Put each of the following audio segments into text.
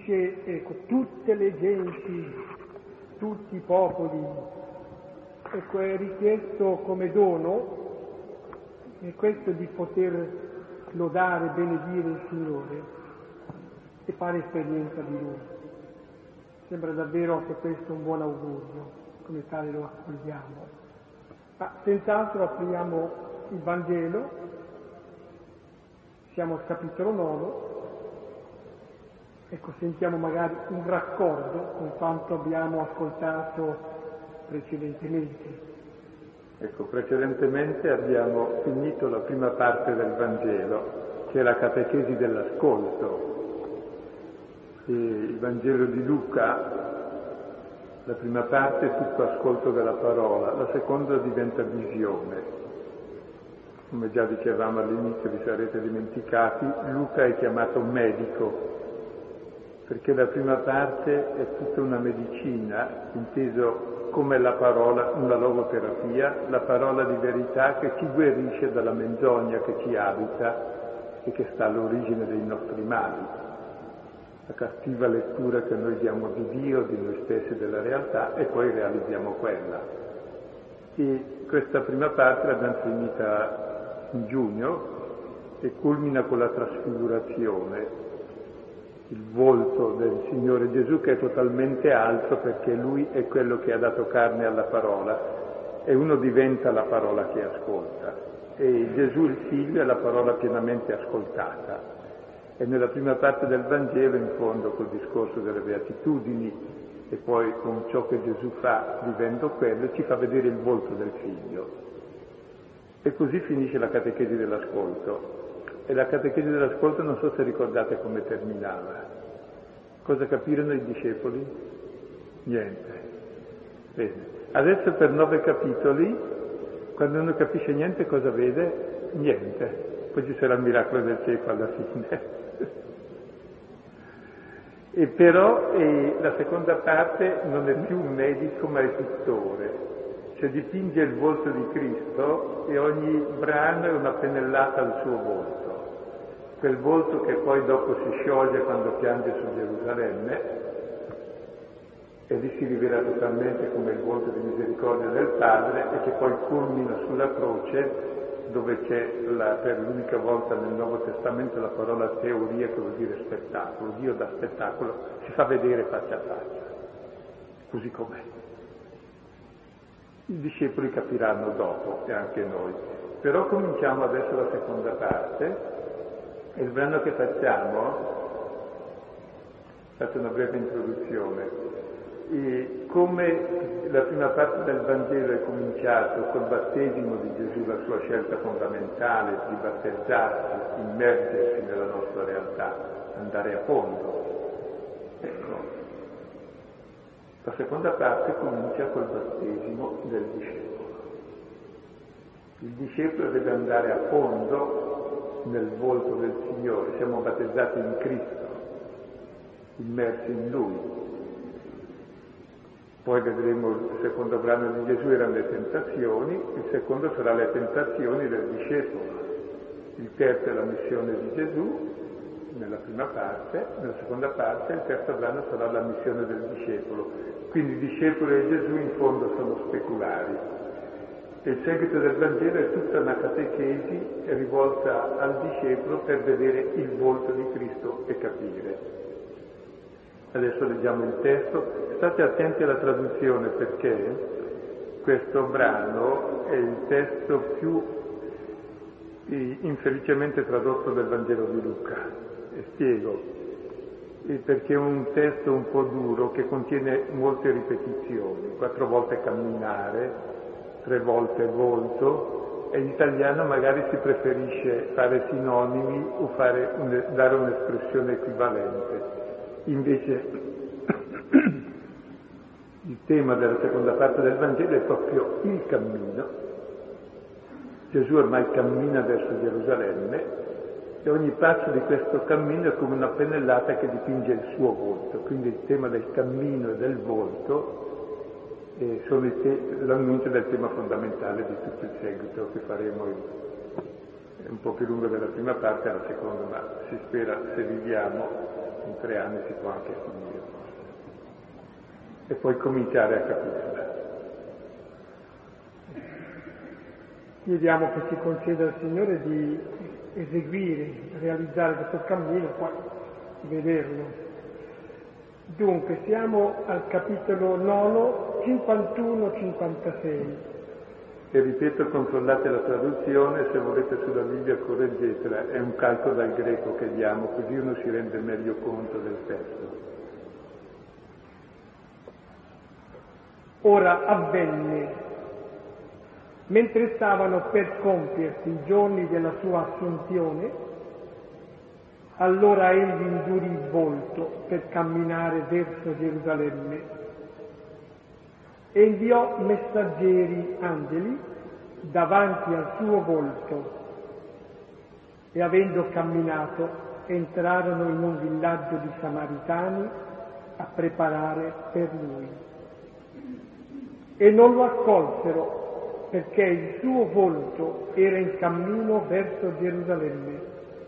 dice, ecco, tutte le genti, tutti i popoli, ecco, è richiesto come dono, e questo di poter lodare, benedire il Signore e fare esperienza di Lui. Sembra davvero che questo è un buon augurio, come tale lo accogliamo. Ma senz'altro apriamo il Vangelo, siamo al capitolo 9, ecco, sentiamo magari un raccordo con quanto abbiamo ascoltato precedentemente. Ecco, precedentemente abbiamo finito la prima parte del Vangelo, che è la catechesi dell'ascolto. E il Vangelo di Luca, la prima parte è tutto ascolto della parola, la seconda diventa visione. Come già dicevamo all'inizio, vi sarete dimenticati, Luca è chiamato medico, perché la prima parte è tutta una medicina, inteso come la parola, una logoterapia, la parola di verità che ci guarisce dalla menzogna che ci abita e che sta all'origine dei nostri mali. La cattiva lettura che noi diamo di Dio, di noi stessi, della realtà, e poi realizziamo quella. E questa prima parte l'abbiamo finita in giugno e culmina con la trasfigurazione, il volto del Signore Gesù, che è totalmente altro perché Lui è quello che ha dato carne alla parola e uno diventa la parola che ascolta, e Gesù il Figlio è la parola pienamente ascoltata. E nella prima parte del Vangelo, in fondo, col discorso delle beatitudini e poi con ciò che Gesù fa vivendo quello, ci fa vedere il volto del Figlio. E così finisce la catechesi dell'ascolto. E la catechesi dell'ascolto non so se ricordate come terminava. Cosa capirono i discepoli? Niente. Bene. Adesso per 9 capitoli, quando uno capisce niente, cosa vede? Niente. Poi ci sarà il miracolo del cieco alla fine. E però la seconda parte non è più un medico ma è pittore. Cioè dipinge il volto di Cristo e ogni brano è una pennellata al suo volto. Quel volto che poi dopo si scioglie quando piange su Gerusalemme e lì si rivela totalmente come il volto di misericordia del Padre, e che poi culmina sulla croce, dove c'è per l'unica volta nel Nuovo Testamento la parola teoria, che vuol dire spettacolo. Dio da spettacolo si fa vedere faccia a faccia, così com'è. I discepoli capiranno dopo, e anche noi. Però cominciamo adesso la seconda parte, e il brano che facciamo, faccio una breve introduzione, e come la prima parte del Vangelo è cominciato col battesimo di Gesù, la sua scelta fondamentale di battezzarsi, immergersi nella nostra realtà, andare a fondo. Ecco, la seconda parte comincia col battesimo del discepolo. Il discepolo deve andare a fondo nel volto del Signore. Siamo battezzati in Cristo, immersi in Lui. Poi vedremo il secondo brano di Gesù, erano le tentazioni, il secondo sarà le tentazioni del discepolo, il terzo è la missione di Gesù nella prima parte, nella seconda parte il terzo brano sarà la missione del discepolo. Quindi il discepolo e Gesù in fondo sono speculari. E il seguito del Vangelo è tutta una catechesi rivolta al discepolo per vedere il volto di Cristo e capire. Adesso leggiamo il testo. State attenti alla traduzione, perché questo brano è il testo più infelicemente tradotto del Vangelo di Luca. E spiego. Perché è un testo un po' duro che contiene molte ripetizioni. 4 volte camminare, 3 volte volto, e in italiano magari si preferisce fare sinonimi o dare un'espressione equivalente. Invece il tema della seconda parte del Vangelo è proprio il cammino. Gesù ormai cammina verso Gerusalemme e ogni passo di questo cammino è come una pennellata che dipinge il suo volto. Quindi il tema del cammino e del volto sono l'annuncio del tema fondamentale di tutto il seguito che faremo. È un po' più lungo della prima parte, la seconda, ma si spera, se viviamo, in 3 anni si può anche finire forse. E poi cominciare a capirla. Chiediamo che ci conceda al Signore di eseguire, realizzare questo cammino, poi vederlo. Dunque, siamo al capitolo 9, 51-56. E ripeto, controllate la traduzione, se volete sulla Bibbia correggetela, è un calco dal greco che diamo, così uno si rende meglio conto del testo. Ora avvenne, mentre stavano per compiersi i giorni della sua assunzione, allora egli indurì il volto per camminare verso Gerusalemme e inviò messaggeri angeli davanti al suo volto e avendo camminato entrarono in un villaggio di Samaritani a preparare per lui. E non lo accolsero perché il suo volto era in cammino verso Gerusalemme.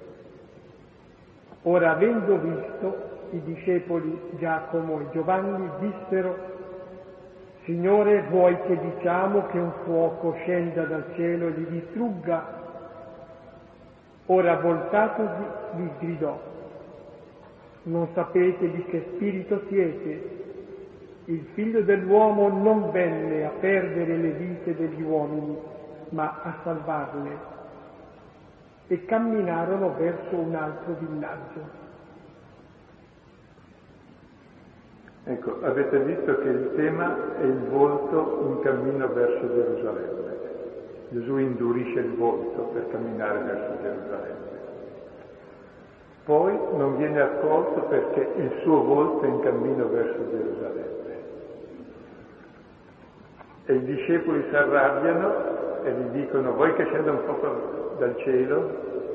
Ora, avendo visto, i discepoli Giacomo e Giovanni dissero: Signore, vuoi che diciamo che un fuoco scenda dal cielo e li distrugga? Ora, voltatosi, gli gridò: non sapete di che spirito siete? Il Figlio dell'uomo non venne a perdere le vite degli uomini, ma a salvarle. E camminarono verso un altro villaggio. Ecco, avete visto che il tema è il volto in cammino verso Gerusalemme. Gesù indurisce il volto per camminare verso Gerusalemme. Poi non viene accolto perché il suo volto è in cammino verso Gerusalemme. E i discepoli si arrabbiano e gli dicono: vuoi che scenda un fuoco dal cielo?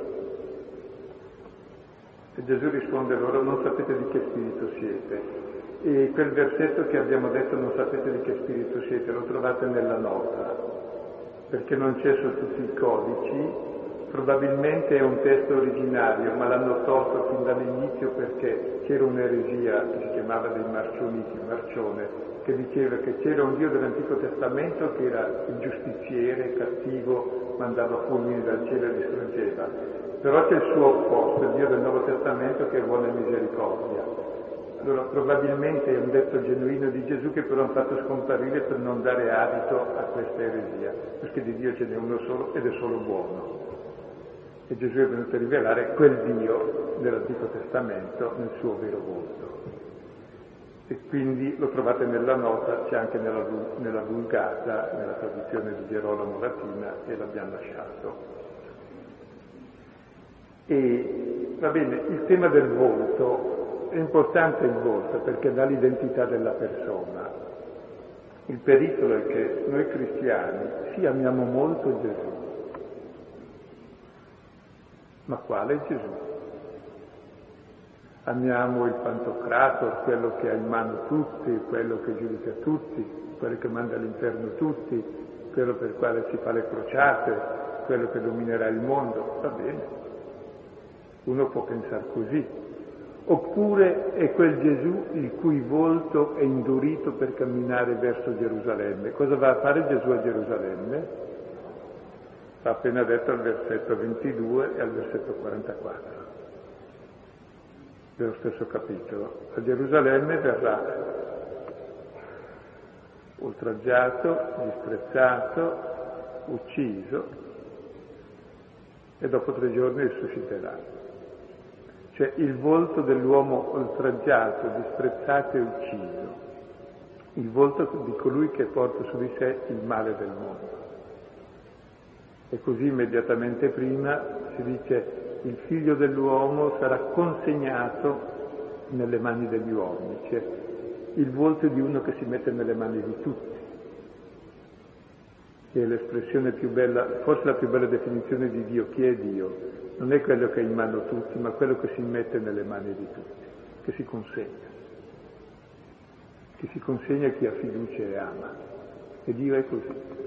E Gesù risponde loro: non sapete di che spirito siete. E quel versetto che abbiamo detto, non sapete di che spirito siete, lo trovate nella nota, perché non c'è su tutti i codici. Probabilmente è un testo originario, ma l'hanno tolto fin dall'inizio perché c'era un'eresia che si chiamava dei Marcioniti, Marcione, che diceva che c'era un Dio dell'Antico Testamento che era il giustiziere, cattivo, mandava fulmini dal cielo e distruggeva. Però c'è il suo opposto, il Dio del Nuovo Testamento, che è buona misericordia. Allora probabilmente è un detto genuino di Gesù che però hanno fatto scomparire per non dare adito a questa eresia, perché di Dio ce n'è uno solo ed è solo buono. E Gesù è venuto a rivelare quel Dio dell'Antico Testamento nel suo vero volto. E quindi lo trovate nella nota, c'è anche nella Vulgata, nella traduzione di Gerolamo latina, e l'abbiamo lasciato. E va bene, il tema del volto, è importante il volto perché dà l'identità della persona. Il pericolo è che noi cristiani sì amiamo molto Gesù, ma quale Gesù? Amiamo il Pantocrator, quello che ha in mano tutti, quello che giudica tutti, quello che manda all'inferno tutti, quello per il quale si fa le crociate, quello che dominerà il mondo. Va bene, uno può pensare così. Oppure è quel Gesù il cui volto è indurito per camminare verso Gerusalemme. Cosa va a fare Gesù a Gerusalemme? L'ha appena detto al versetto 22 e al versetto 44 dello stesso capitolo. A Gerusalemme verrà oltraggiato, disprezzato, ucciso e dopo 3 giorni risusciterà. Cioè il volto dell'uomo oltraggiato, disprezzato e ucciso, il volto di colui che porta su di sé il male del mondo. E così immediatamente prima si dice: il figlio dell'uomo sarà consegnato nelle mani degli uomini, cioè il volto di uno che si mette nelle mani di tutti, che è l'espressione più bella, forse la più bella definizione di Dio. Chi è Dio? Non è quello che è in mano tutti, ma quello che si mette nelle mani di tutti, che si consegna a chi ha fiducia e ama. E Dio è così.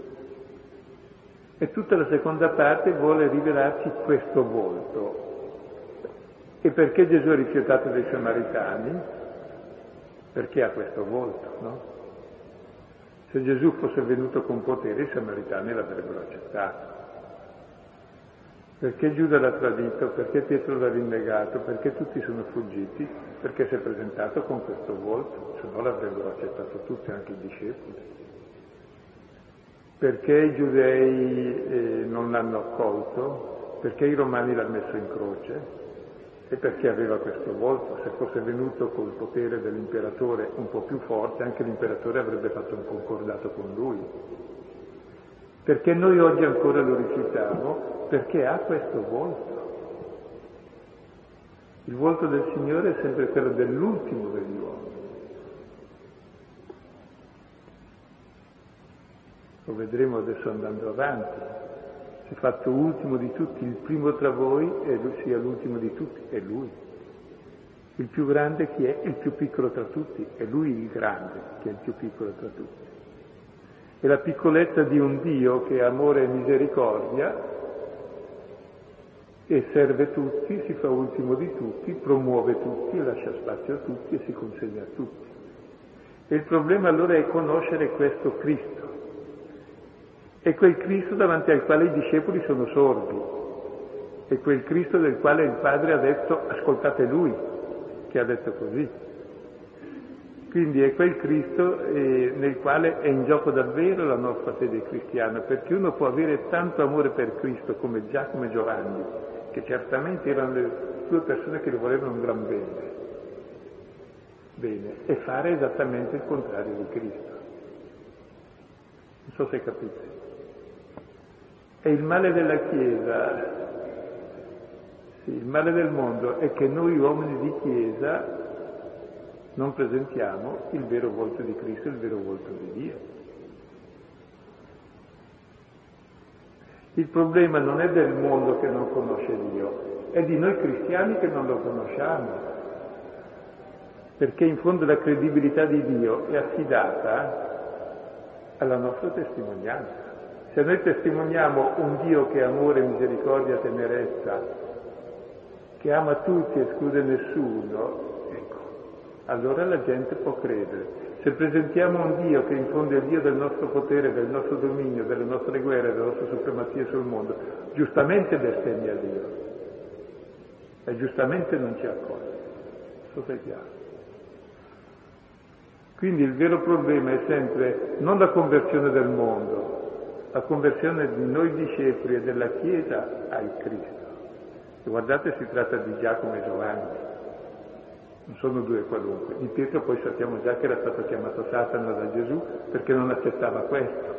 E tutta la seconda parte vuole rivelarci questo volto, E perché Gesù è rifiutato dai Samaritani? Perché ha questo volto, no? Se Gesù fosse venuto con potere, i Samaritani l'avrebbero accettato. Perché Giuda l'ha tradito? Perché Pietro l'ha rinnegato? Perché tutti sono fuggiti? Perché si è presentato con questo volto, se no l'avrebbero accettato tutti, anche i discepoli. Perché i giudei non l'hanno accolto? Perché i romani l'hanno messo in croce? E perché aveva questo volto. Se fosse venuto col potere dell'imperatore un po' più forte, anche l'imperatore avrebbe fatto un concordato con lui. Perché noi oggi ancora lo rifiutiamo? Perché ha questo volto. Il volto del Signore è sempre quello dell'ultimo degli uomini. Lo vedremo adesso andando avanti. Si è fatto ultimo di tutti, il primo tra voi, e lui sia l'ultimo di tutti, è lui. Il più grande chi è? Il più piccolo tra tutti, è lui il grande, che è il più piccolo tra tutti. E la piccolezza di un Dio che è amore e misericordia, e serve tutti, si fa ultimo di tutti, promuove tutti, lascia spazio a tutti e si consegna a tutti. E il problema allora è conoscere questo Cristo. È quel Cristo davanti al quale i discepoli sono sordi. È quel Cristo del quale il Padre ha detto ascoltate Lui, che ha detto così. Quindi è quel Cristo nel quale è in gioco davvero la nostra fede cristiana, perché uno può avere tanto amore per Cristo come Giacomo e Giovanni, che certamente erano le due persone che lo volevano un gran bene, e fare esattamente il contrario di Cristo. Non so se capite. E il male della Chiesa, sì, il male del mondo è che noi uomini di Chiesa non presentiamo il vero volto di Cristo, il vero volto di Dio. Il problema non è del mondo che non conosce Dio, è di noi cristiani che non lo conosciamo, perché in fondo la credibilità di Dio è affidata alla nostra testimonianza. Se noi testimoniamo un Dio che è amore, misericordia, tenerezza, che ama tutti e esclude nessuno, ecco, allora la gente può credere. Se presentiamo un Dio che in fondo è il Dio del nostro potere, del nostro dominio, delle nostre guerre, della nostra supremazia sul mondo, giustamente bestemmia Dio. E giustamente non ci accoglie. So se è chiaro. Quindi il vero problema è sempre non la conversione del mondo, la conversione di noi discepoli e della Chiesa al Cristo. E guardate, si tratta di Giacomo e Giovanni, non sono due qualunque. Di Pietro poi sappiamo già che era stato chiamato Satana da Gesù perché non accettava questo.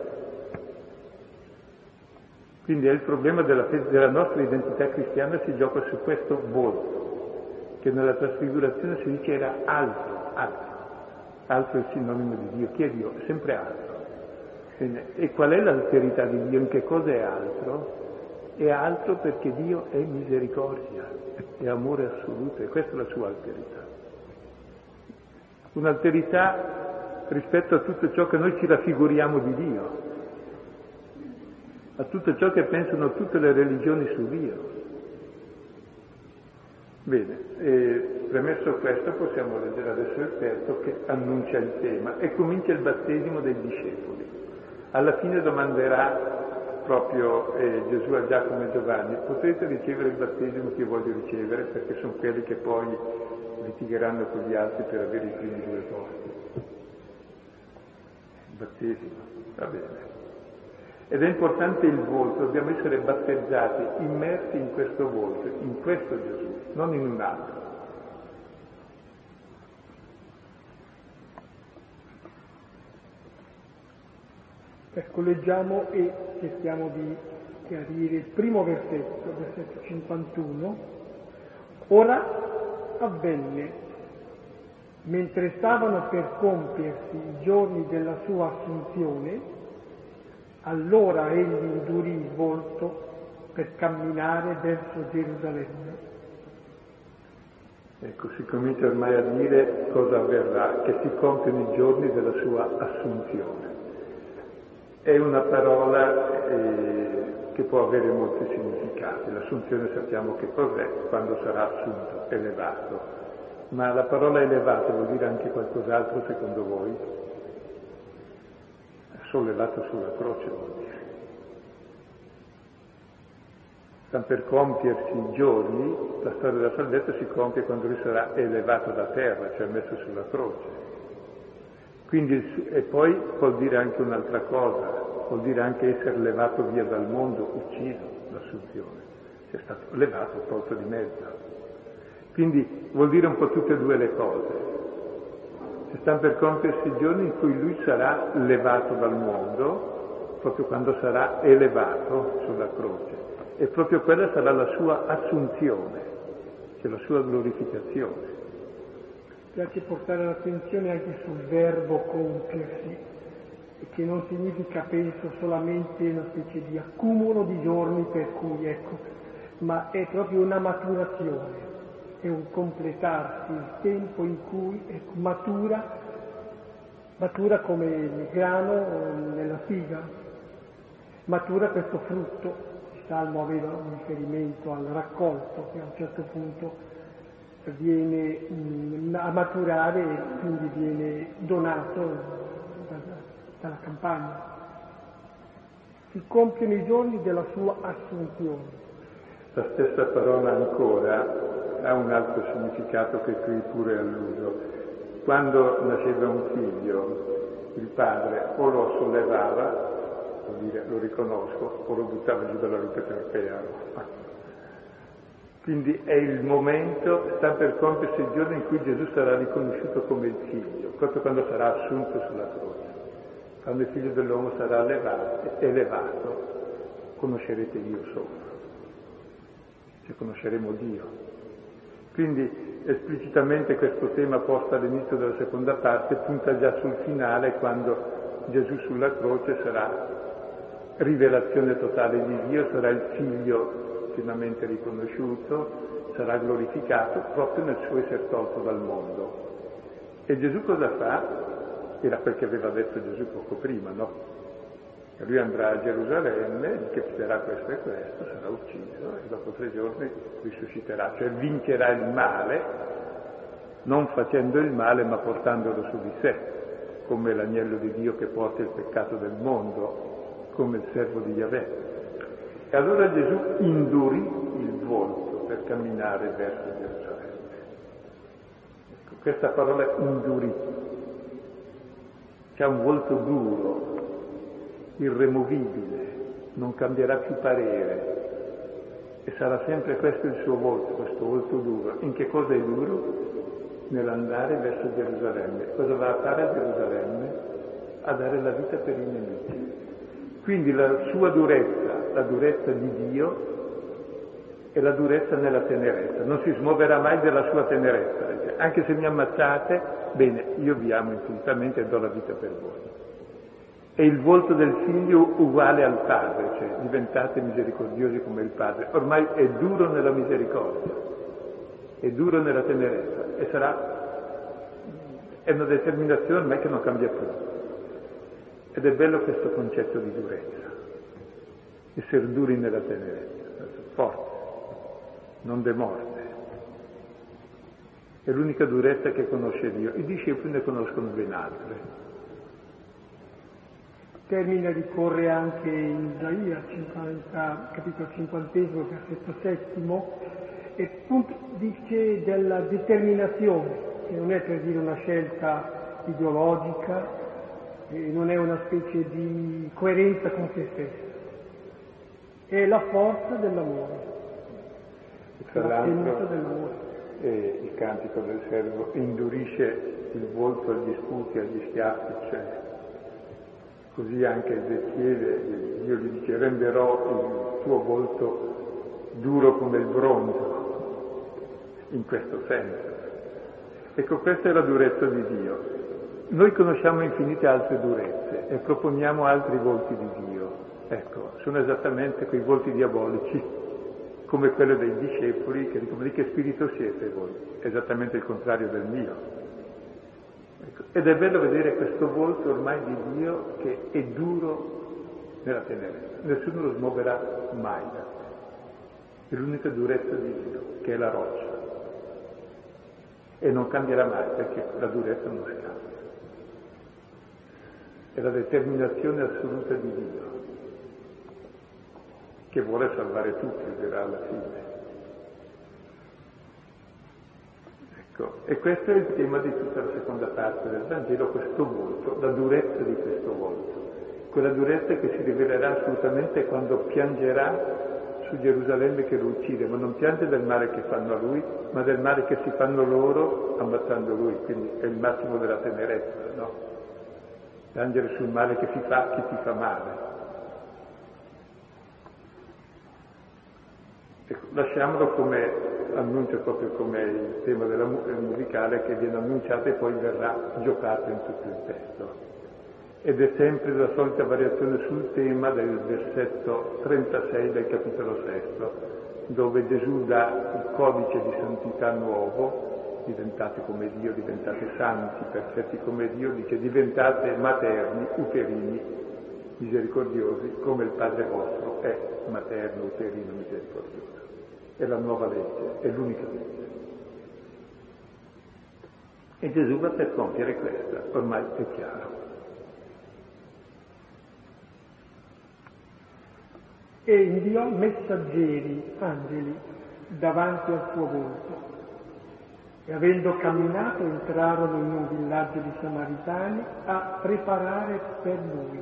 Quindi è il problema della nostra identità cristiana, si gioca su questo volto, che nella trasfigurazione si dice era alto, alto. Alto è il sinonimo di Dio. Chi è Dio? È sempre alto. E qual è l'alterità di Dio? In che cosa è altro? È altro perché Dio è misericordia, è amore assoluto, e questa è la sua alterità. Un'alterità rispetto a tutto ciò che noi ci raffiguriamo di Dio, a tutto ciò che pensano tutte le religioni su Dio. Bene, premesso questo possiamo leggere adesso il testo che annuncia il tema e comincia il battesimo dei discepoli. Alla fine domanderà proprio Gesù a Giacomo e Giovanni: potete ricevere il battesimo che io voglio ricevere? Perché sono quelli che poi litigheranno con gli altri per avere i primi due posti. Il battesimo, va bene. Ed è importante il volto, dobbiamo essere battezzati, immersi in questo volto, in questo Gesù, non in un altro. Ecco, leggiamo e cerchiamo di chiarire il primo versetto 51. Ora avvenne, mentre stavano per compiersi i giorni della sua assunzione, allora egli indurì il volto per camminare verso Gerusalemme. Ecco, si comincia ormai a dire cosa avverrà, che si compiono i giorni della sua assunzione. È una parola che può avere molti significati. L'assunzione sappiamo che cos'è, quando sarà assunto, elevato. Ma la parola elevato vuol dire anche qualcos'altro secondo voi? Sollevato sulla croce vuol dire. Sta per compiersi i giorni, la storia della salvezza si compie quando lui sarà elevato da terra, cioè messo sulla croce. Quindi, e poi vuol dire anche un'altra cosa, vuol dire anche essere levato via dal mondo, ucciso, l'assunzione. È stato levato, tolto di mezzo. Quindi vuol dire un po' tutte e due le cose. Si stanno per compiersi i giorni in cui lui sarà levato dal mondo, proprio quando sarà elevato sulla croce. E proprio quella sarà la sua assunzione, cioè la sua glorificazione. Piace portare l'attenzione anche sul verbo compiersi, che non significa, penso, solamente una specie di accumulo di giorni per cui, ma è proprio una maturazione, è un completarsi, il tempo in cui matura come il grano nella figa, matura questo frutto. Il Salmo aveva un riferimento al raccolto che a un certo punto viene a maturare e quindi viene donato dalla campagna. Si compiono i giorni della sua assunzione. La stessa parola ancora ha un altro significato che qui pure alludo. Quando nasceva un figlio, il padre o lo sollevava, vuol dire lo riconosco, o lo buttava giù dalla rupe terpea. Quindi è il momento, sta per compiersi il giorno in cui Gesù sarà riconosciuto come il figlio, proprio quando sarà assunto sulla croce. Quando il figlio dell'uomo sarà elevato, conoscerete Dio solo, cioè conosceremo Dio. Quindi esplicitamente questo tema posto all'inizio della seconda parte punta già sul finale, quando Gesù sulla croce sarà rivelazione totale di Dio, sarà il figlio pienamente riconosciuto, sarà glorificato proprio nel suo essere tolto dal mondo. E Gesù cosa fa? Era quel che aveva detto Gesù poco prima, no? E lui andrà a Gerusalemme, gli capiterà questo e questo, sarà ucciso e dopo 3 giorni risusciterà, cioè vincerà il male, non facendo il male ma portandolo su di sé, come l'agnello di Dio che porta il peccato del mondo, come il servo di Yahweh. E allora Gesù indurì il volto per camminare verso Gerusalemme. Ecco, questa parola indurì, che ha un volto duro, irremovibile, non cambierà più parere e sarà sempre questo il suo volto, questo volto duro. In che cosa è duro? Nell'andare verso Gerusalemme. Cosa va a fare a Gerusalemme? A dare la vita per i nemici. Quindi la sua durezza, la durezza di Dio, è la durezza nella tenerezza. Non si smuoverà mai dalla sua tenerezza. Anche se mi ammazzate, bene, io vi amo infinitamente e do la vita per voi. È il volto del figlio uguale al padre, cioè diventate misericordiosi come il padre. Ormai è duro nella misericordia, è duro nella tenerezza e è una determinazione ormai che non cambia più. Ed è bello questo concetto di durezza, essere duri nella tenerezza, forte, non demorde. È l'unica durezza che conosce Dio. I discepoli ne conoscono ben altre. Termine ricorre anche in Isaia, capitolo 50, versetto 7, e appunto dice della determinazione, che non è per dire una scelta ideologica, non è una specie di coerenza con se stesso, è la forza dell'amore, la tenuta dell'amore. Il cantico del servo indurisce il volto agli sputi, agli schiaffi, cioè così anche Ezechiele, Dio gli dice: renderò il tuo volto duro come il bronzo, in questo senso. Ecco, questa è la durezza di Dio. Noi conosciamo infinite altre durezze e proponiamo altri volti di Dio. Ecco, sono esattamente quei volti diabolici, come quello dei discepoli che dicono: di che spirito siete voi? Esattamente il contrario del mio. Ecco. Ed è bello vedere questo volto ormai di Dio che è duro nella tenerezza. Nessuno lo smuoverà mai da te. È l'unica durezza di Dio, che è la roccia. E non cambierà mai, perché la durezza non si cambia. È la determinazione assoluta di Dio, che vuole salvare tutti, dirà alla fine. Ecco, e questo è il tema di tutta la seconda parte del Vangelo, questo volto, la durezza di questo volto. Quella durezza che si rivelerà assolutamente quando piangerà su Gerusalemme che lo uccide, ma non piange del male che fanno a lui, ma del male che si fanno loro ammazzando lui, quindi è il massimo della tenerezza, no? Piangere sul male che si fa chi ti fa male. Ecco, lasciamolo come annuncio, proprio come il tema della musicale che viene annunciato e poi verrà giocato in tutto il testo. Ed è sempre la solita variazione sul tema del versetto 36 del capitolo 6, dove Gesù dà il codice di santità nuovo, diventate come Dio, diventate santi, perfetti come Dio, dice diventate materni, uterini, misericordiosi, come il Padre vostro è materno, uterino, misericordioso. È la nuova legge, è l'unica legge. E Gesù va per compiere questa, ormai è chiaro. E inviò messaggeri, angeli, davanti al suo volto. E avendo camminato entrarono in un villaggio di Samaritani a preparare per lui.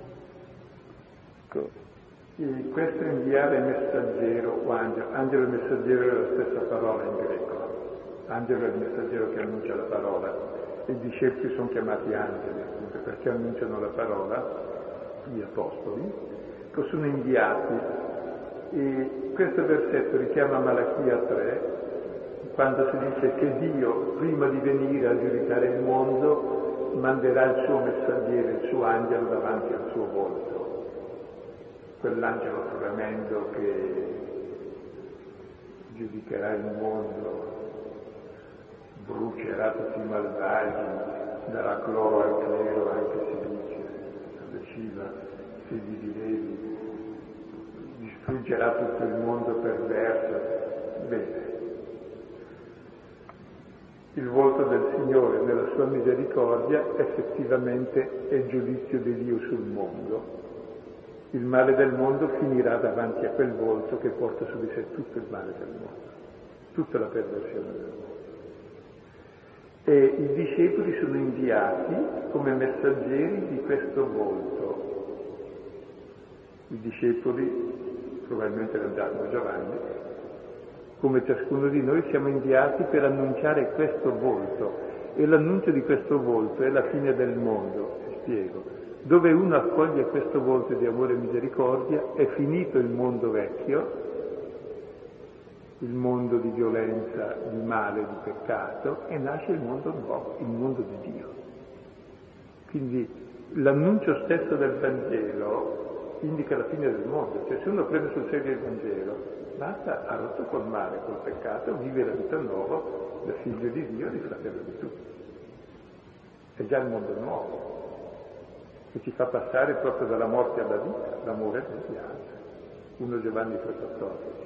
E questo inviare messaggero o angelo. Angelo e messaggero è la stessa parola in greco. Angelo è il messaggero che annuncia la parola. I discepoli sono chiamati angeli, appunto, perché annunciano la parola, gli apostoli. Sono inviati, e questo versetto richiama Malachia 3, quando si dice che Dio, prima di venire a giudicare il mondo, manderà il suo messaggero, il suo angelo davanti al suo volto, quell'angelo tremendo che giudicherà il mondo, brucerà tutti i malvagi, darà cloro al clero, anche si dice, alle Shiva, figli di Levi, distruggerà tutto il mondo perverso. Bene. Il volto del Signore nella sua misericordia effettivamente è il giudizio di Dio sul mondo. Il male del mondo finirà davanti a quel volto che porta su di sé tutto il male del mondo, tutta la perversione del mondo. E i discepoli sono inviati come messaggeri di questo volto. I discepoli, probabilmente erano Giacomo e Giovanni, come ciascuno di noi siamo inviati per annunciare questo volto, e l'annuncio di questo volto è la fine del mondo, spiego. Dove uno accoglie questo volto di amore e misericordia è finito il mondo vecchio, il mondo di violenza, di male, di peccato, e nasce il mondo nuovo, il mondo di Dio. Quindi l'annuncio stesso del Vangelo indica la fine del mondo, cioè se uno prende sul serio il Vangelo, basta, ha rotto col male, col peccato, vive la vita nuova da figlio di Dio, di fratello di tutti. È già il mondo nuovo, che ci fa passare proprio dalla morte alla vita, l'amore degli altri. 1 Giovanni 3,14.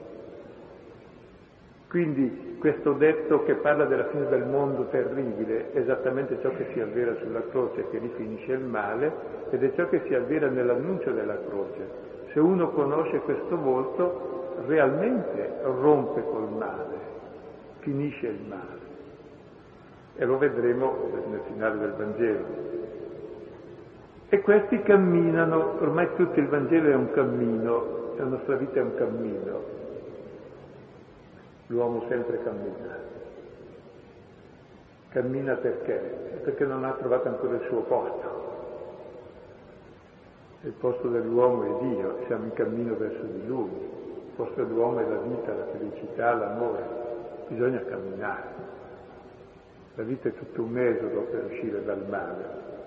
Quindi questo detto che parla della fine del mondo terribile è esattamente ciò che si avvera sulla croce, che rifinisce il male, ed è ciò che si avvera nell'annuncio della croce. Se uno conosce questo volto, realmente rompe col male, finisce il male. E lo vedremo nel finale del Vangelo. E questi camminano, ormai tutto il Vangelo è un cammino, la nostra vita è un cammino. L'uomo sempre cammina. Cammina perché? Perché non ha trovato ancora il suo posto. Il posto dell'uomo è Dio, siamo in cammino verso di Lui. Il posto dell'uomo è la vita, la felicità, l'amore. Bisogna camminare. La vita è tutto un esodo per uscire dal male.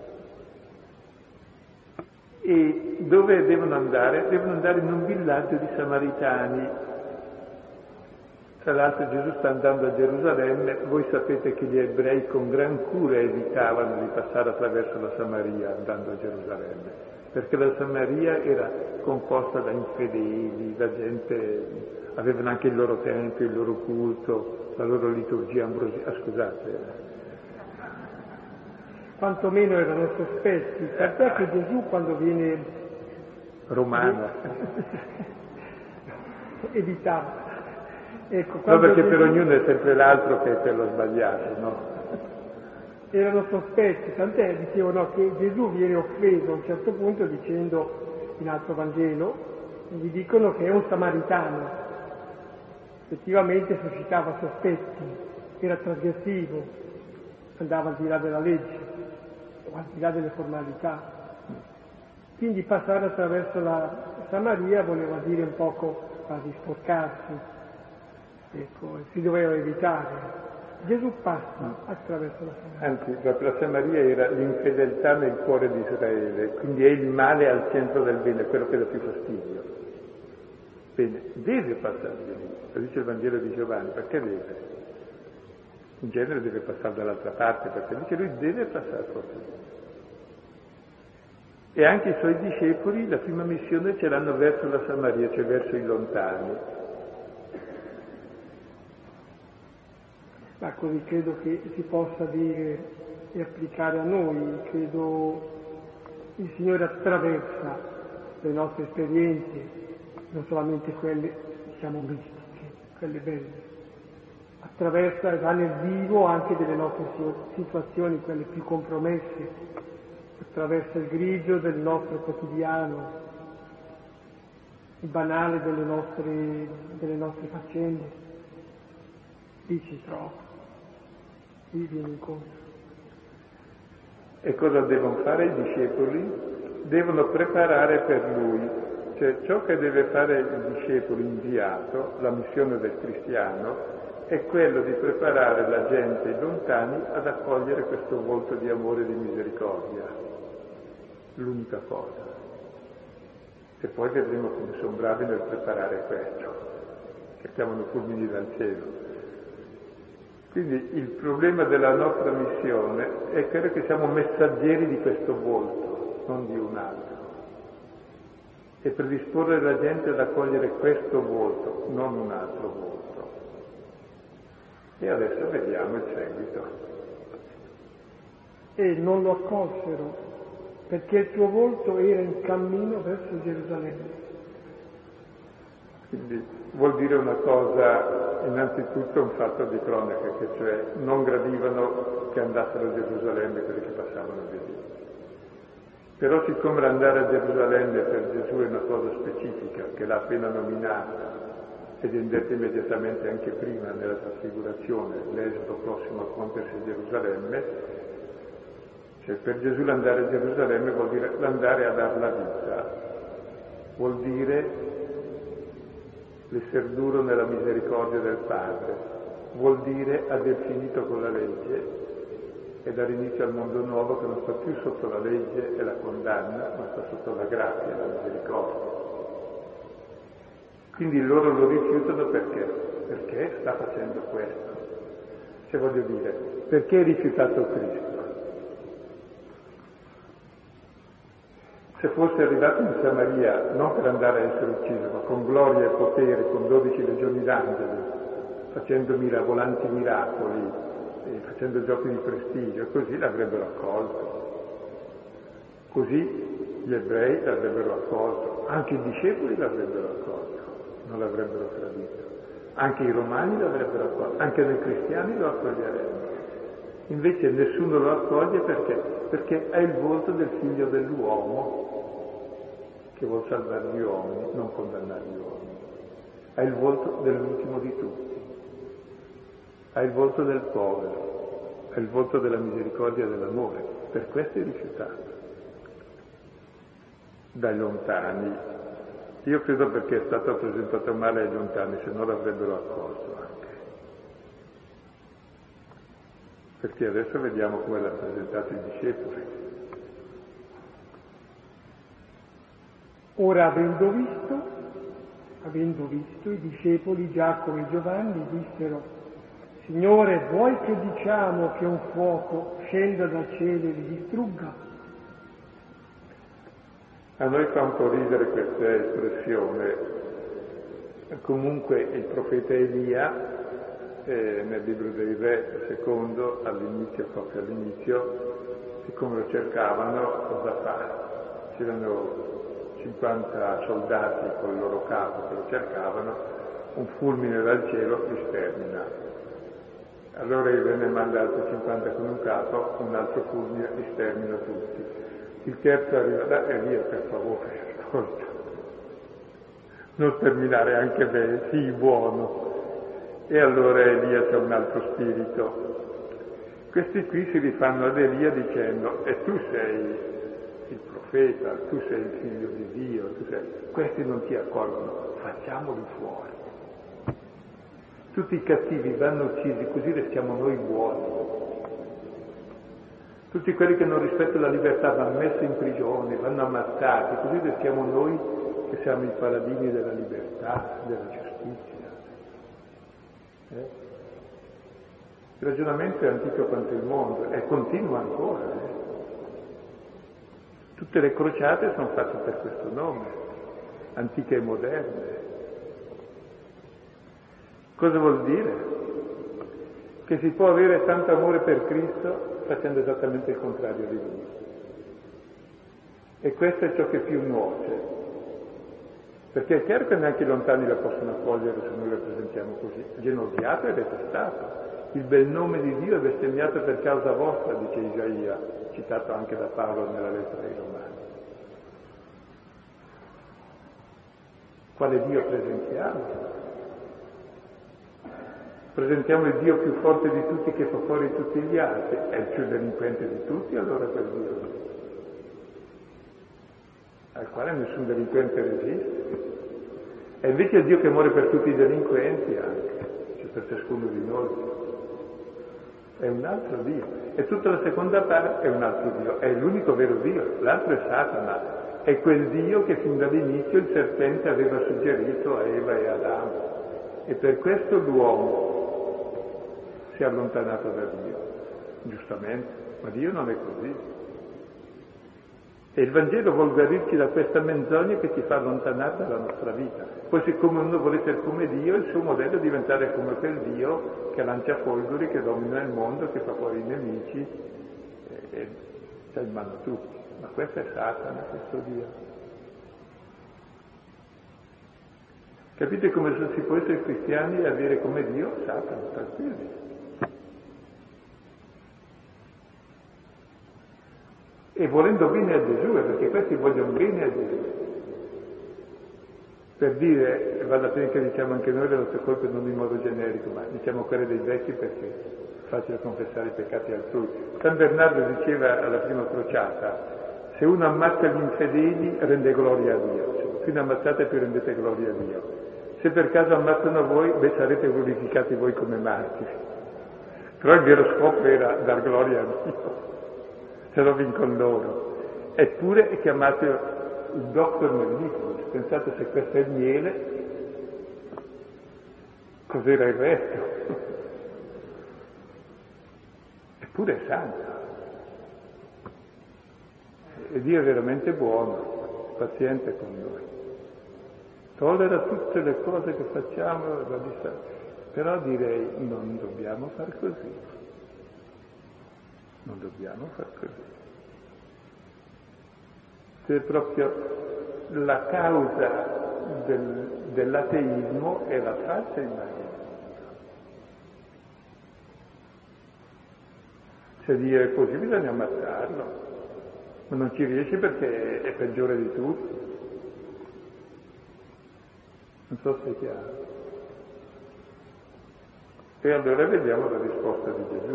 E dove devono andare? Devono andare in un villaggio di Samaritani. Tra l'altro Gesù sta andando a Gerusalemme, voi sapete che gli ebrei con gran cura evitavano di passare attraverso la Samaria andando a Gerusalemme, perché la Samaria era composta da infedeli, da gente, avevano anche il loro tempio, il loro culto, la loro liturgia ambrosia, scusate. Quantomeno erano sospetti, tant'è che Gesù quando viene Romano. evitava. Ecco, No, quando perché Gesù... per ognuno è sempre l'altro che è per lo sbagliato, no? Erano sospetti, tant'è, dicevano che Gesù viene offeso a un certo punto dicendo, in altro Vangelo, gli dicono che è un samaritano. Effettivamente suscitava sospetti, era trasgressivo, andava al di là della legge, o al di là delle formalità. Quindi passare attraverso la Samaria voleva dire un poco quasi sporcarsi, ecco, si doveva evitare. Gesù passa attraverso la Samaria. Anzi, proprio la Samaria era l'infedeltà nel cuore di Israele, quindi è il male al centro del bene, quello che dà più fastidio. Bene, deve passare di lì, lo dice il Vangelo di Giovanni, perché deve? In genere deve passare dall'altra parte, perché dice lui deve passare proprio lì. E anche i suoi discepoli la prima missione ce l'hanno verso la Samaria, cioè verso i lontani. Ma così credo che si possa dire e applicare a noi, credo il Signore attraversa le nostre esperienze, non solamente quelle, diciamo, mistiche, quelle belle, attraversa e va nel vivo anche delle nostre situazioni, quelle più compromesse, attraversa il grigio del nostro quotidiano, il banale delle nostre faccende, lì ci trova. Viene incontro. E cosa devono fare i discepoli? Devono preparare per lui, cioè ciò che deve fare il discepolo inviato, la missione del cristiano, è quello di preparare la gente, i lontani, ad accogliere questo volto di amore e di misericordia. L'unica cosa. E poi vedremo come sono bravi nel preparare questo, che chiamano fulmini dal cielo. Quindi il problema della nostra missione è quello che siamo messaggeri di questo volto, non di un altro. E predisporre la gente ad accogliere questo volto, non un altro volto. E adesso vediamo il seguito. E non lo accolsero, perché il suo volto era in cammino verso Gerusalemme. Quindi vuol dire una cosa, innanzitutto un fatto di cronaca, che cioè non gradivano che andassero a Gerusalemme quelli che passavano di lì. Però siccome l'andare a Gerusalemme per Gesù è una cosa specifica, che l'ha appena nominata, ed è indetta immediatamente anche prima nella trasfigurazione, l'esodo prossimo a compiersi a Gerusalemme, cioè per Gesù l'andare a Gerusalemme vuol dire l'andare a dar la vita, vuol dire l'essere duro nella misericordia del Padre, vuol dire aver finito con la legge e dare inizio al mondo nuovo che non sta più sotto la legge e la condanna, ma sta sotto la grazia e la misericordia. Quindi loro lo rifiutano perché? Perché sta facendo questo. Cioè voglio dire, perché hai rifiutato Cristo? Se fosse arrivato in Samaria non per andare a essere ucciso, ma con gloria e potere, con 12 legioni d'angeli, facendo volanti miracoli, facendo giochi di prestigio, così l'avrebbero accolto. Così gli ebrei l'avrebbero accolto, anche i discepoli l'avrebbero accolto, non l'avrebbero tradito. Anche i romani l'avrebbero accolto, anche noi cristiani lo accoglieremmo. Invece nessuno lo accoglie perché? Perché è il volto del figlio dell'uomo che vuol salvare gli uomini, non condannare gli uomini. Ha il volto dell'ultimo di tutti, ha il volto del povero, ha il volto della misericordia e dell'amore. Per questo è rifiutato dai lontani. Io credo perché è stato presentato male ai lontani, se no l'avrebbero accolto anche. Perché adesso vediamo come l'ha presentato i discepoli. Ora, avendo visto, i discepoli Giacomo e Giovanni dissero: Signore, vuoi che diciamo che un fuoco scenda dal cielo e li distrugga? A noi fa un po' ridere questa espressione. Comunque il profeta Elia, nel libro dei Re, secondo, all'inizio, proprio all'inizio, siccome lo cercavano, cosa fa? C'erano 50 soldati con il loro capo che lo cercavano, un fulmine dal cielo li stermina. Allora gli venne mandato 50 con un capo, un altro fulmine li stermina tutti. Il terzo arriva da Elia, per favore, ascolta, non sterminare anche me, sii buono. E allora Elia c'è un altro spirito. Questi qui si rifanno ad Elia dicendo: e tu sei il profeta, tu sei il figlio di Dio, questi non ti accolgono, facciamoli fuori. Tutti i cattivi vanno uccisi, così restiamo noi buoni. Tutti quelli che non rispettano la libertà vanno messi in prigione, vanno ammazzati, così restiamo noi che siamo i paladini della libertà, della giustizia. Il ragionamento è antico quanto il mondo e continua ancora. Tutte le crociate sono fatte per questo nome, antiche e moderne. Cosa vuol dire? Che si può avere tanto amore per Cristo facendo esattamente il contrario di Lui. E questo è ciò che più nuoce. Perché è chiaro che neanche i lontani la possono accogliere se noi la presentiamo così. Viene odiato e detestato. Il bel nome di Dio è bestemmiato per causa vostra, dice Isaia, citato anche da Paolo nella lettera ai Romani. Quale Dio presentiamo? Presentiamo il Dio più forte di tutti che fa fuori tutti gli altri. È il più delinquente di tutti, allora quel Dio al quale nessun delinquente resiste. E invece è Dio che muore per tutti i delinquenti anche, cioè per ciascuno di noi. È un altro Dio. E tutta la seconda parte è un altro Dio. È l'unico vero Dio. L'altro è Satana. È quel Dio che fin dall'inizio il serpente aveva suggerito a Eva e Adamo. E per questo l'uomo si è allontanato da Dio. Giustamente. Ma Dio non è così. E il Vangelo vuol guarirci da questa menzogna che ci fa allontanare dalla nostra vita. Poi siccome uno vuole essere come Dio, il suo modello è diventare come quel Dio che lancia folgori, che domina il mondo, che fa fuori i nemici e c'ha in mano tutti. Ma questo è Satana, questo Dio. Capite come si può essere cristiani e avere come Dio Satana, tranquilli. E volendo bene a Gesù, perché questi vogliono bene a Gesù. Per dire, e vale la pena che diciamo anche noi le nostre colpe non in modo generico, ma diciamo quelle dei vecchi perché è facile confessare i peccati altrui. San Bernardo diceva alla prima crociata: se uno ammazza gli infedeli rende gloria a Dio, cioè, più ne ammazzate più rendete gloria a Dio. Se per caso ammazzano voi, beh, sarete glorificati voi come martiri. Però il vero scopo era dar gloria a Dio. Se lo vincono loro. Eppure è chiamato il Doctor Mellificus. Pensate, se questo è il miele, cos'era il resto? Eppure è santo. E Dio è veramente buono, paziente con noi. Tollera tutte le cose che facciamo, però direi non dobbiamo far così. Non dobbiamo far così. Se proprio la causa dell'ateismo è la falsa immagine. Se Dio è così bisogna ammazzarlo, ma non ci riesce perché è peggiore di tutti. Non so se è chiaro. E allora vediamo la risposta di Gesù.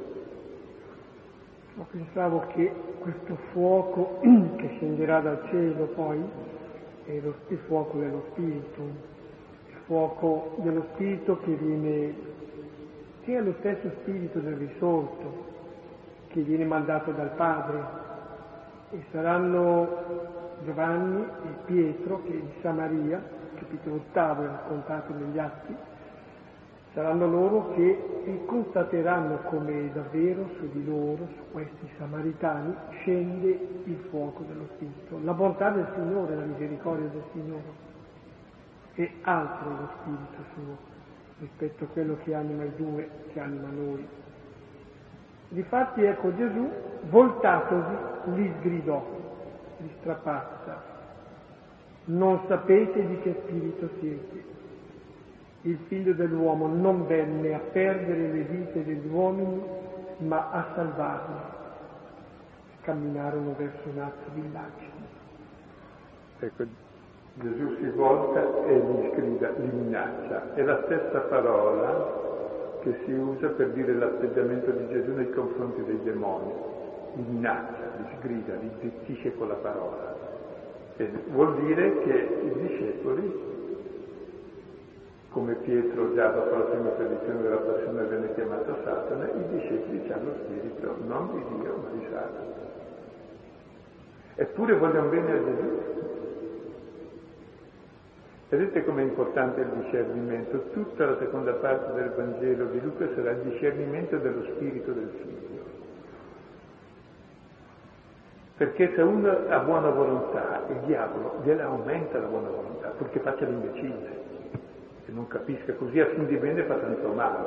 Pensavo che questo fuoco che scenderà dal cielo poi è il fuoco dello Spirito, il fuoco dello Spirito che è lo stesso Spirito del risorto, che viene mandato dal Padre, e saranno Giovanni e Pietro che di Samaria, capitolo 8 è raccontato negli Atti, Saranno loro che constateranno come davvero su di loro, su questi samaritani, scende il fuoco dello Spirito, la bontà del Signore, la misericordia del Signore. E altro lo Spirito suo rispetto a quello che anima i due, che anima noi. Difatti ecco Gesù, voltatosi, li sgridò, li strapazza: non sapete di che spirito siete. Il Figlio dell'uomo non venne a perdere le vite degli uomini, ma a salvarle. Camminarono verso un altro villaggio. Ecco, Gesù si volta e li sgrida, li minaccia. È la stessa parola che si usa per dire l'atteggiamento di Gesù nei confronti dei demoni. Li minaccia, li sgrida, li zittisce con la parola. E vuol dire che i discepoli, come Pietro già dopo la prima predizione della passione venne chiamato Satana, i discepoli hanno lo spirito non di Dio ma di Satana. Eppure vogliono bene a Gesù. Vedete com'è importante il discernimento? Tutta la seconda parte del Vangelo di Luca sarà il discernimento dello spirito del Figlio. Perché se uno ha buona volontà, il diavolo gliela aumenta la buona volontà, purché faccia l'imbecille. Se non capisca così a fin di bene fa tanto male.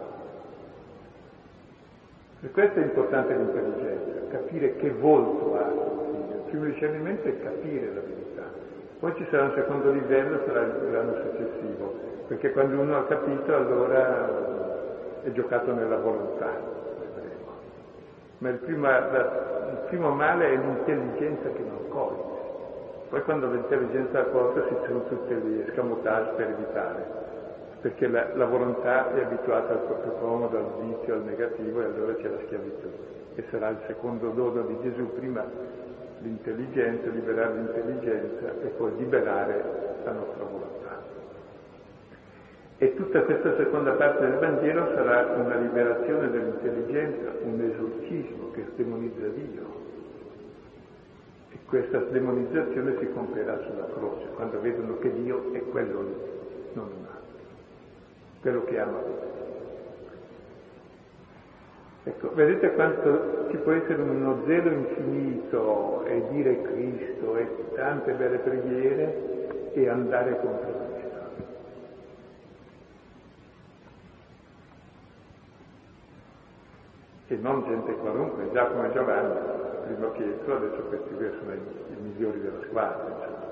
Per questo è importante l'intelligenza, capire che volto ha il Figlio. Il primo discernimento è capire la verità. Poi ci sarà un secondo livello, sarà l'anno successivo, perché quando uno ha capito allora è giocato nella volontà. Ma il primo male è l'intelligenza che non coglie. Poi quando l'intelligenza ha colto si sono tutte le escamotage per evitare, perché la volontà è abituata al proprio comodo, al vizio, al negativo, e allora c'è la schiavitù. E sarà il secondo dono di Gesù, prima l'intelligenza, liberare l'intelligenza e poi liberare la nostra volontà. E tutta questa seconda parte del Vangelo sarà una liberazione dell'intelligenza, un esorcismo che demonizza Dio. E questa demonizzazione si compierà sulla croce, quando vedono che Dio è quello lì, non un altro, quello che ama tutti. Ecco, vedete quanto ci può essere uno zelo infinito e dire Cristo e tante belle preghiere e andare contro Cristo. E non gente qualunque, Giacomo e Giovanni, prima Pietro, adesso questi due sono i migliori della squadra.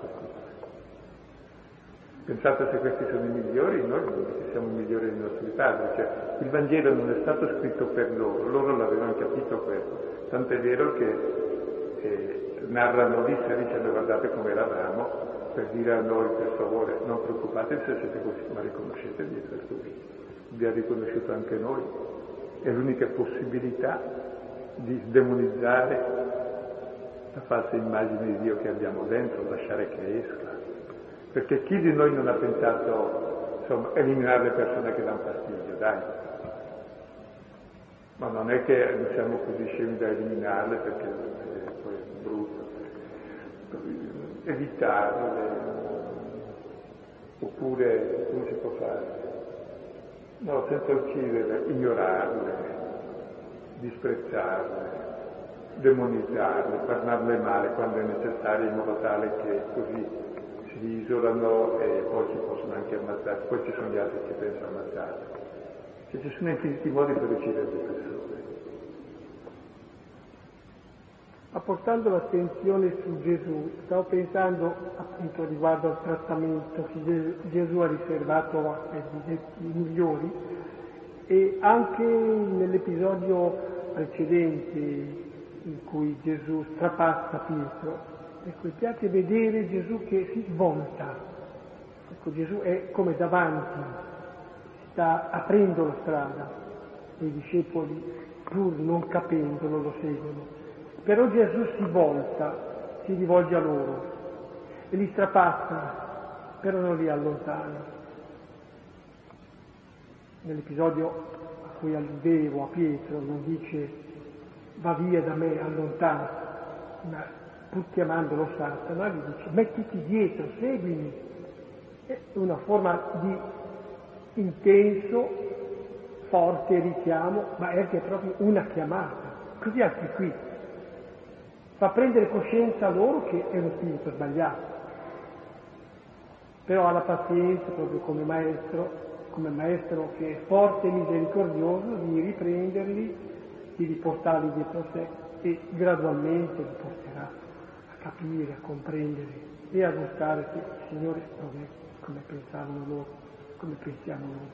Pensate se questi sono i migliori, noi siamo i migliori dei nostri padri. Cioè, il Vangelo non è stato scritto per loro l'avevano capito questo. Tant'è vero che narrano l'Odissea dicendo guardate come eravamo, per dire a noi per favore non preoccupatevi se siete così, ma riconoscete di essere così. Vi ha riconosciuto anche noi. È l'unica possibilità di demonizzare la falsa immagine di Dio che abbiamo dentro, lasciare che esca. Perché chi di noi non ha pensato, insomma, eliminare le persone che danno fastidio, dai. Ma non è che non siamo così scemi da eliminarle perché poi è brutto. Evitarle, oppure come si può fare? No, senza ucciderle, ignorarle, disprezzarle, demonizzarle, parlarle male quando è necessario, in modo tale che così si isolano e poi si possono anche ammazzare, poi ci sono gli altri che pensano ammazzare. Cioè, ci sono infiniti modi per uccidere le persone. Appostando l'attenzione su Gesù, stavo pensando appunto riguardo al trattamento che Gesù ha riservato ai diletti migliori, e anche nell'episodio precedente in cui Gesù strapazza Pietro. Ecco, mi piace vedere Gesù che si svolta. Ecco, Gesù è come davanti, sta aprendo la strada, e i discepoli, pur non capendolo, lo seguono. Però Gesù si volta, si rivolge a loro e li strapazza, però non li allontana. Nell'episodio a cui alludevo, a Pietro, non dice va via da me, allontana, ma pur chiamandolo Satana, gli dice mettiti dietro, seguimi. È una forma di intenso, forte richiamo, ma è anche proprio una chiamata. Così anche qui. Fa prendere coscienza a loro che è uno spirito sbagliato. Però ha la pazienza, proprio come maestro che è forte e misericordioso, di riprenderli, di riportarli dietro sé e gradualmente li porterà a capire, a comprendere e a gustare che il Signore non è come pensavano loro, come pensiamo noi.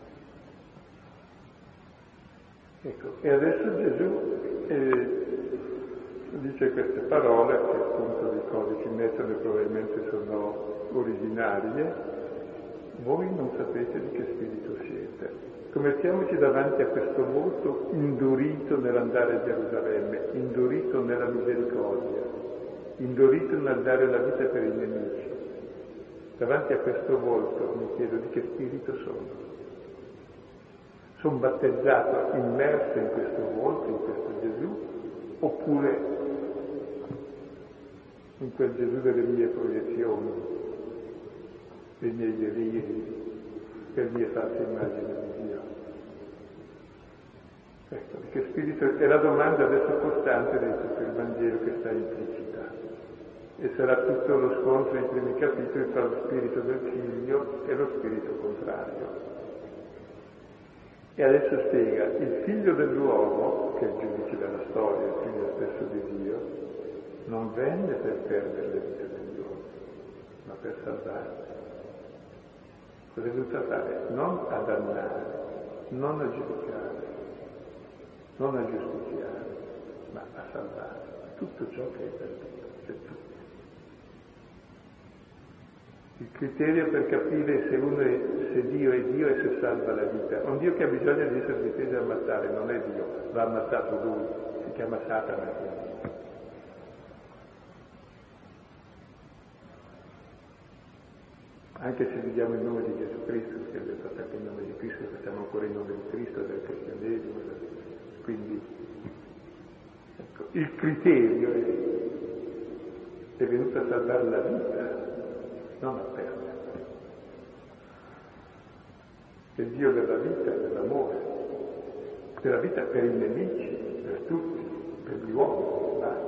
Ecco, e adesso Gesù dice queste parole, che appunto dei codici metodi probabilmente sono originarie. Voi non sapete di che spirito siete. Mettiamoci davanti a questo volto indurito nell'andare a Gerusalemme, indurito nella misericordia, indurito nel dare la vita per i nemici. Davanti a questo volto mi chiedo di che spirito sono. Sono battezzato, immerso in questo volto, in questo Gesù, oppure in quel Gesù delle mie proiezioni, dei miei deliri, delle mie false immagini di Dio. Ecco, di che spirito è la domanda adesso costante di tutto il Vangelo che sta implicita. E sarà tutto lo scontro nei primi capitoli tra lo spirito del figlio e lo spirito contrario. E adesso spiega, il figlio dell'uomo, che è il giudice della storia, il figlio stesso di Dio, non venne per perdere le vite degli uomini, ma per salvarli. Cosa è venuto a fare? Non a dannare, non a giudicare, non a giustiziare, ma a salvare tutto ciò che è perduto, per tutti. Il criterio per capire se Dio è Dio è se salva la vita. Un Dio che ha bisogno di essere difeso e ammazzare, non è Dio, l'ha ammazzato lui, si chiama Satana. Anche se gli diamo il nome di Gesù Cristo, perché abbiamo fatto anche il nome di Cristo, facciamo ancora il nome di Cristo del cristianesimo, quindi ecco, il criterio è venuto a salvare la vita, non a perdere. È il Dio della vita, dell'amore, della vita per i nemici, per tutti, per gli uomini, basta.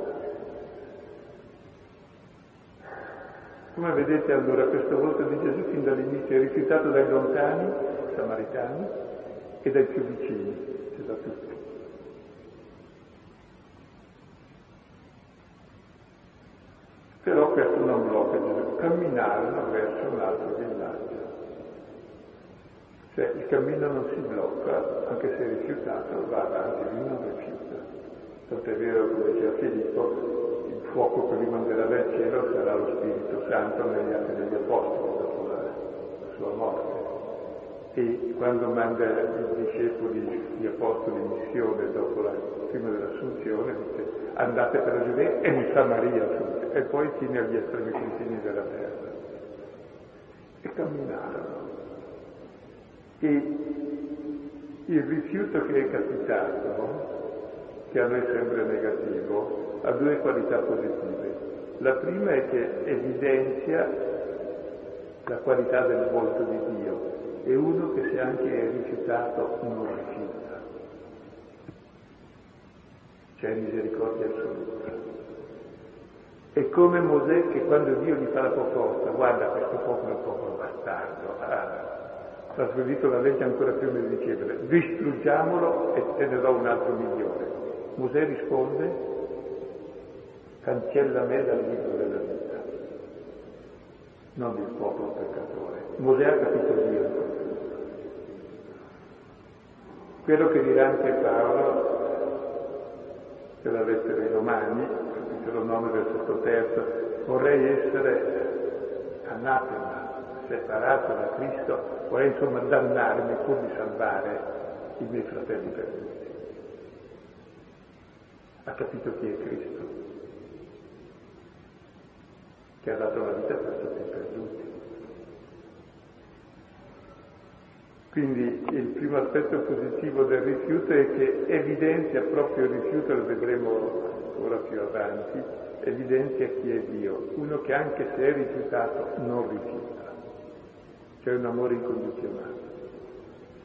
Come vedete allora questo volto di Gesù fin dall'inizio è rifiutato dai lontani, samaritani, e dai più vicini, cioè da tutti. Però questo non blocca Gesù, camminarono verso un altro villaggio. Cioè il cammino non si blocca, anche se è rifiutato, va avanti, lui non rifiuta. Tant'è vero, come diceva Filippo, il fuoco che li manderà dal cielo sarà lo Spirito Santo negli atti degli Apostoli dopo la sua morte. E quando manda i discepoli, gli Apostoli in missione dopo prima dell'Assunzione, dice andate per la Giudea e in Samaria tutti, e poi fino agli estremi confini della terra. E camminarono. E il rifiuto che è capitato, che a noi sembra negativo, ha due qualità positive. La prima è che evidenzia la qualità del volto di Dio, e uno che se anche è rifiutato non rifiuta. C'è misericordia assoluta. È come Mosè che quando Dio gli fa la proposta, guarda questo popolo è un popolo bastardo, ha trasgredito la legge ancora prima di ricevere, distruggiamolo e te ne do un altro migliore. Mosè risponde, cancella me dal libro della vita, non il popolo peccatore. Mosè ha capito Dio. Quello che dirà anche Paolo nella lettera ai Romani, capitolo 9, versetto 3, vorrei essere anatema, separato da Cristo, vorrei insomma dannarmi pur di salvare i miei fratelli perduti. Ha capito chi è Cristo, che ha dato la vita per tutti i perduti. Quindi il primo aspetto positivo del rifiuto è che evidenzia proprio il rifiuto, lo vedremo ora più avanti, evidenzia chi è Dio, uno che anche se è rifiutato non rifiuta, c'è un amore incondizionato.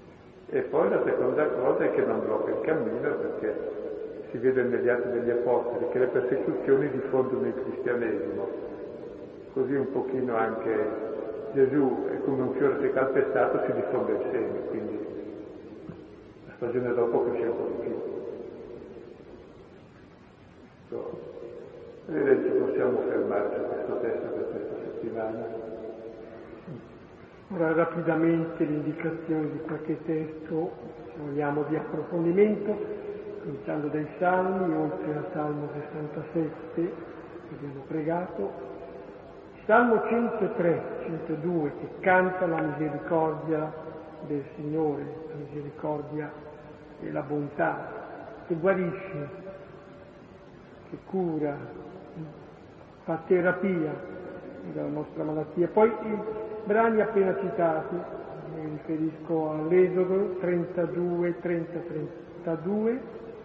E poi la seconda cosa è che non blocca il cammino, perché si vede negli Atti degli Apostoli che le persecuzioni diffondono il cristianesimo. Così un pochino anche Gesù è come un fiore che calpestato, si diffonde il seme, quindi la stagione dopo cresce un po' di più. Direi che possiamo fermarci a questo testo per questa settimana. Ora rapidamente l'indicazione di qualche testo, se vogliamo, di approfondimento, cominciando dai Salmi, oltre al Salmo 67, che abbiamo pregato, Salmo 103, 102, che canta la misericordia del Signore, la misericordia e la bontà, che guarisce, che cura, fa terapia della nostra malattia. Poi i brani appena citati, mi riferisco all'Esodo 32, 30, 32,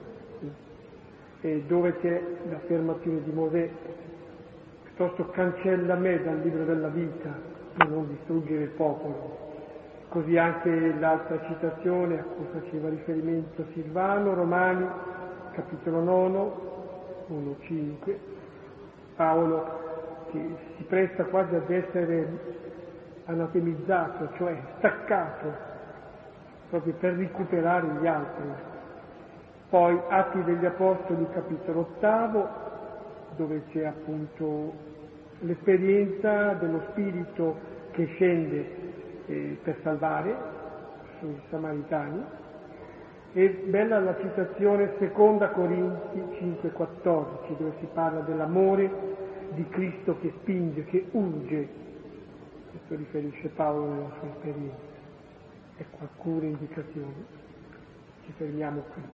dove c'è l'affermazione di Mosè, piuttosto cancella me dal libro della vita e non distruggere il popolo. Così anche l'altra citazione a cui faceva riferimento Silvano, Romani, capitolo 9, 1-5, Paolo che si presta quasi ad essere anatemizzato, cioè staccato, proprio per recuperare gli altri. Poi Atti degli Apostoli, capitolo 8, dove c'è appunto l'esperienza dello Spirito che scende per salvare sui Samaritani. E bella la citazione seconda Corinzi 5,14, dove si parla dell'amore di Cristo che spinge, che unge. Questo riferisce Paolo nella sua esperienza. Ecco alcune indicazioni. Ci fermiamo qui.